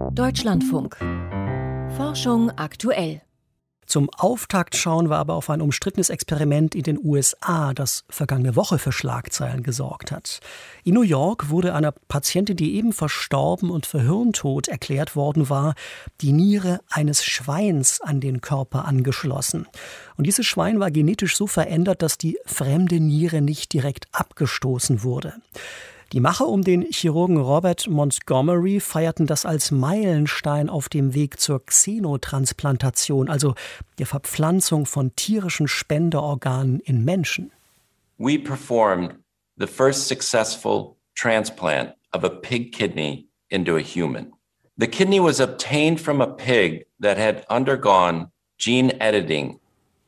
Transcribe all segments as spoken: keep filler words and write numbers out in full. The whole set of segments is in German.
Deutschlandfunk. Forschung aktuell. Zum Auftakt schauen wir aber auf ein umstrittenes Experiment in den U S A, das vergangene Woche für Schlagzeilen gesorgt hat. In New York wurde einer Patientin, die eben verstorben und für hirntot erklärt worden war, die Niere eines Schweins an den Körper angeschlossen. Und dieses Schwein war genetisch so verändert, dass die fremde Niere nicht direkt abgestoßen wurde. Die Macher um den Chirurgen Robert Montgomery feierten das als Meilenstein auf dem Weg zur Xenotransplantation, also der Verpflanzung von tierischen Spenderorganen in Menschen. We performed the first successful transplant of a pig kidney into a human. The kidney was obtained from a pig that had undergone gene editing.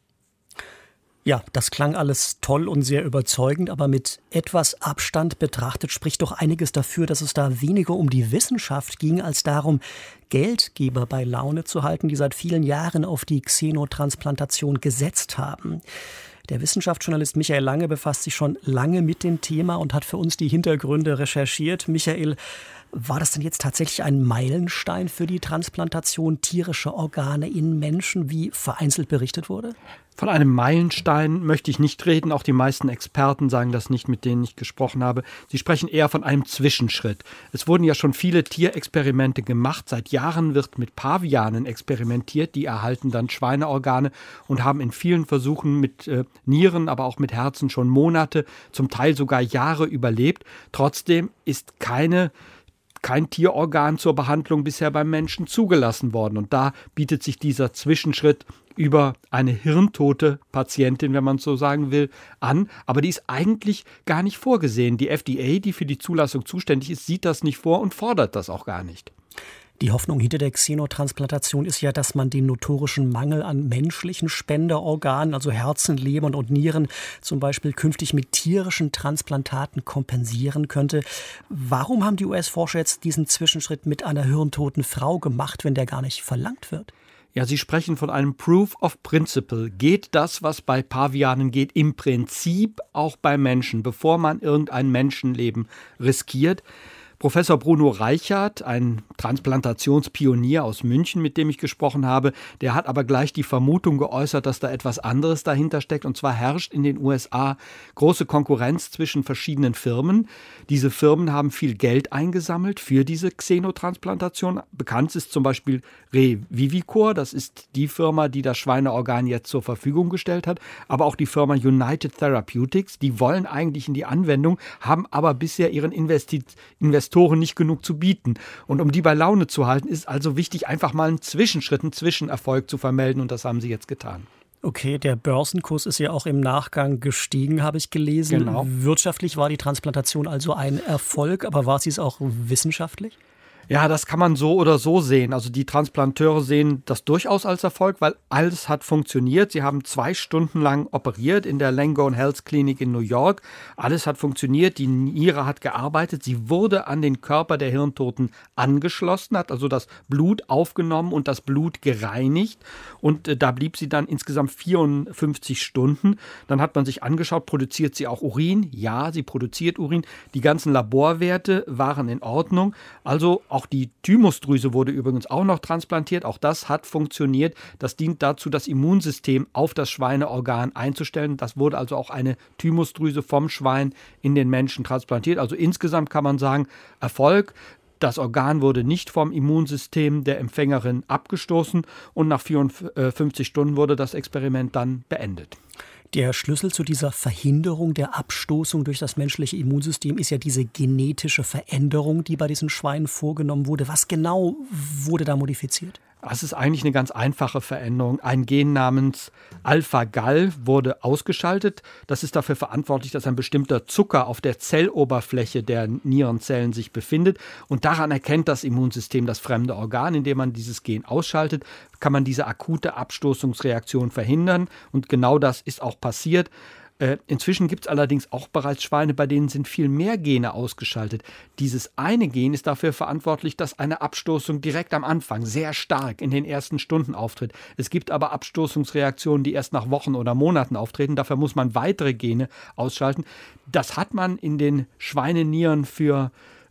Ja, das klang alles toll und sehr überzeugend, aber mit etwas Abstand betrachtet spricht doch einiges dafür, dass es da weniger um die Wissenschaft ging, als darum, Geldgeber bei Laune zu halten, die seit vielen Jahren auf die Xenotransplantation gesetzt haben. Der Wissenschaftsjournalist Michael Lange befasst sich schon lange mit dem Thema und hat für uns die Hintergründe recherchiert. Michael, war das denn jetzt tatsächlich ein Meilenstein für die Transplantation tierischer Organe in Menschen, wie vereinzelt berichtet wurde? Von einem Meilenstein möchte ich nicht reden. Auch die meisten Experten sagen das nicht, mit denen ich gesprochen habe. Sie sprechen eher von einem Zwischenschritt. Es wurden ja schon viele Tierexperimente gemacht. Seit Jahren wird mit Pavianen experimentiert. Die erhalten dann Schweineorgane und haben in vielen Versuchen mit äh, Nieren, aber auch mit Herzen schon Monate, zum Teil sogar Jahre überlebt. Trotzdem ist keine kein Tierorgan zur Behandlung bisher beim Menschen zugelassen worden. Und da bietet sich dieser Zwischenschritt über eine hirntote Patientin, wenn man so sagen will, an. Aber die ist eigentlich gar nicht vorgesehen. Die F D A, die für die Zulassung zuständig ist, sieht das nicht vor und fordert das auch gar nicht. Die Hoffnung hinter der Xenotransplantation ist ja, dass man den notorischen Mangel an menschlichen Spenderorganen, also Herzen, Lebern und Nieren, zum Beispiel künftig mit tierischen Transplantaten kompensieren könnte. Warum haben die U S-Forscher jetzt diesen Zwischenschritt mit einer hirntoten Frau gemacht, wenn der gar nicht verlangt wird? Ja, Sie sprechen von einem Proof of Principle. Geht das, was bei Pavianen geht, im Prinzip auch bei Menschen, bevor man irgendein Menschenleben riskiert? Professor Bruno Reichert, ein Transplantationspionier aus München, mit dem ich gesprochen habe, der hat aber gleich die Vermutung geäußert, dass da etwas anderes dahinter steckt. Und zwar herrscht in den U S A große Konkurrenz zwischen verschiedenen Firmen. Diese Firmen haben viel Geld eingesammelt für diese Xenotransplantation. Bekannt ist zum Beispiel Revivicor, das ist die Firma, die das Schweineorgan jetzt zur Verfügung gestellt hat. Aber auch die Firma United Therapeutics, die wollen eigentlich in die Anwendung, haben aber bisher ihren Investi- Investoren nicht genug zu bieten. Und um die bei Laune zu halten, ist also wichtig, einfach mal einen Zwischenschritt, einen Zwischenerfolg zu vermelden. Und das haben sie jetzt getan. Okay, der Börsenkurs ist ja auch im Nachgang gestiegen, habe ich gelesen. Genau. Wirtschaftlich war die Transplantation also ein Erfolg, aber war sie es auch wissenschaftlich? Ja, das kann man so oder so sehen. Also die Transplanteure sehen das durchaus als Erfolg, weil alles hat funktioniert. Sie haben zwei Stunden lang operiert in der Langone Health Clinic in New York. Alles hat funktioniert, die Niere hat gearbeitet. Sie wurde an den Körper der Hirntoten angeschlossen, hat also das Blut aufgenommen und das Blut gereinigt. Und äh, da blieb sie dann insgesamt vierundfünfzig Stunden. Dann hat man sich angeschaut, produziert sie auch Urin? Ja, sie produziert Urin. Die ganzen Laborwerte waren in Ordnung. Also auch die Thymusdrüse wurde übrigens auch noch transplantiert. Auch das hat funktioniert. Das dient dazu, das Immunsystem auf das Schweineorgan einzustellen. Das wurde also auch eine Thymusdrüse vom Schwein in den Menschen transplantiert. Also insgesamt kann man sagen, Erfolg. Das Organ wurde nicht vom Immunsystem der Empfängerin abgestoßen und nach vierundfünfzig Stunden wurde das Experiment dann beendet. Der Schlüssel zu dieser Verhinderung der Abstoßung durch das menschliche Immunsystem ist ja diese genetische Veränderung, die bei diesen Schweinen vorgenommen wurde. Was genau wurde da modifiziert? Das ist eigentlich eine ganz einfache Veränderung. Ein Gen namens Alpha-Gal wurde ausgeschaltet. Das ist dafür verantwortlich, dass ein bestimmter Zucker auf der Zelloberfläche der Nierenzellen sich befindet. Und daran erkennt das Immunsystem das fremde Organ. Indem man dieses Gen ausschaltet, kann man diese akute Abstoßungsreaktion verhindern. Und genau das ist auch passiert. Inzwischen gibt es allerdings auch bereits Schweine, bei denen sind viel mehr Gene ausgeschaltet. Dieses eine Gen ist dafür verantwortlich, dass eine Abstoßung direkt am Anfang sehr stark in den ersten Stunden auftritt. Es gibt aber Abstoßungsreaktionen, die erst nach Wochen oder Monaten auftreten. Dafür muss man weitere Gene ausschalten. Das hat man in den Schweinenieren für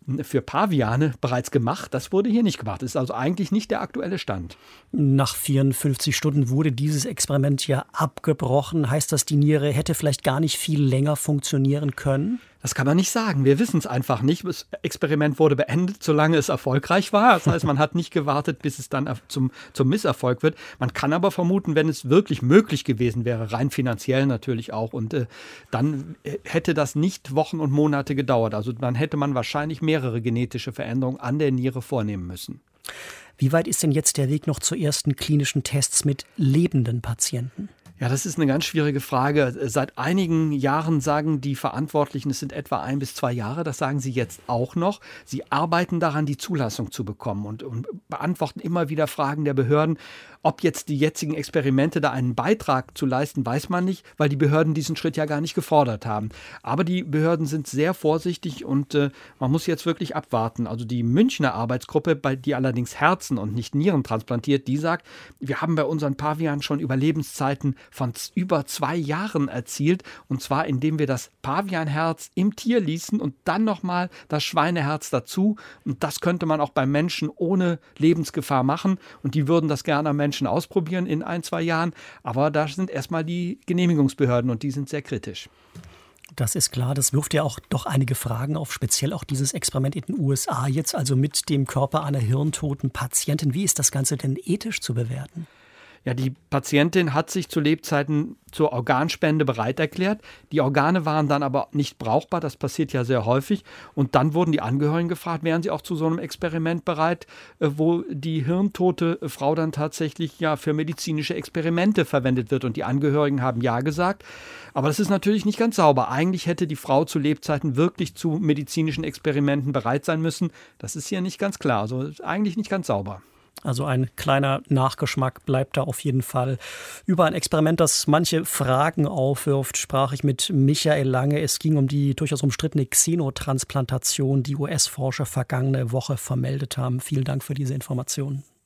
für Paviane bereits gemacht. Das wurde hier nicht gemacht. Das ist also eigentlich nicht der aktuelle Stand. Nach vierundfünfzig Stunden wurde dieses Experiment ja abgebrochen. Heißt das, die Niere hätte vielleicht gar nicht viel länger funktionieren können? Das kann man nicht sagen. Wir wissen es einfach nicht. Das Experiment wurde beendet, solange es erfolgreich war. Das heißt, man hat nicht gewartet, bis es dann zum, zum Misserfolg wird. Man kann aber vermuten, wenn es wirklich möglich gewesen wäre, rein finanziell natürlich auch, und äh, dann hätte das nicht Wochen und Monate gedauert. Also dann hätte man wahrscheinlich mehrere genetische Veränderungen an der Niere vornehmen müssen. Wie weit ist denn jetzt der Weg noch zu ersten klinischen Tests mit lebenden Patienten? Ja, das ist eine ganz schwierige Frage. Seit einigen Jahren sagen die Verantwortlichen, es sind etwa ein bis zwei Jahre, das sagen sie jetzt auch noch. Sie arbeiten daran, die Zulassung zu bekommen und, und beantworten immer wieder Fragen der Behörden. Ob jetzt die jetzigen Experimente da einen Beitrag zu leisten, weiß man nicht, weil die Behörden diesen Schritt ja gar nicht gefordert haben. Aber die Behörden sind sehr vorsichtig und äh, man muss jetzt wirklich abwarten. Also die Münchner Arbeitsgruppe, bei die allerdings Herzen und nicht Nieren transplantiert, die sagt, wir haben bei unseren Pavianen schon Überlebenszeiten von über zwei Jahren erzielt, und zwar indem wir das Pavianherz im Tier ließen und dann nochmal das Schweineherz dazu, und das könnte man auch beim Menschen ohne Lebensgefahr machen, und die würden das gerne am Menschen ausprobieren in ein, zwei Jahren, aber da sind erstmal die Genehmigungsbehörden und die sind sehr kritisch. Das ist klar, das wirft ja auch doch einige Fragen auf, speziell auch dieses Experiment in den U S A jetzt, also mit dem Körper einer hirntoten Patientin. Wie ist das Ganze denn ethisch zu bewerten? Ja, die Patientin hat sich zu Lebzeiten zur Organspende bereit erklärt. Die Organe waren dann aber nicht brauchbar, das passiert ja sehr häufig. Und dann wurden die Angehörigen gefragt, wären sie auch zu so einem Experiment bereit, wo die hirntote Frau dann tatsächlich ja für medizinische Experimente verwendet wird. Und die Angehörigen haben ja gesagt. Aber das ist natürlich nicht ganz sauber. Eigentlich hätte die Frau zu Lebzeiten wirklich zu medizinischen Experimenten bereit sein müssen. Das ist hier nicht ganz klar. Also eigentlich nicht ganz sauber. Also ein kleiner Nachgeschmack bleibt da auf jeden Fall. Über ein Experiment, das manche Fragen aufwirft, sprach ich mit Michael Lange. Es ging um die durchaus umstrittene Xenotransplantation, die U S-Forscher vergangene Woche vermeldet haben. Vielen Dank für diese Informationen.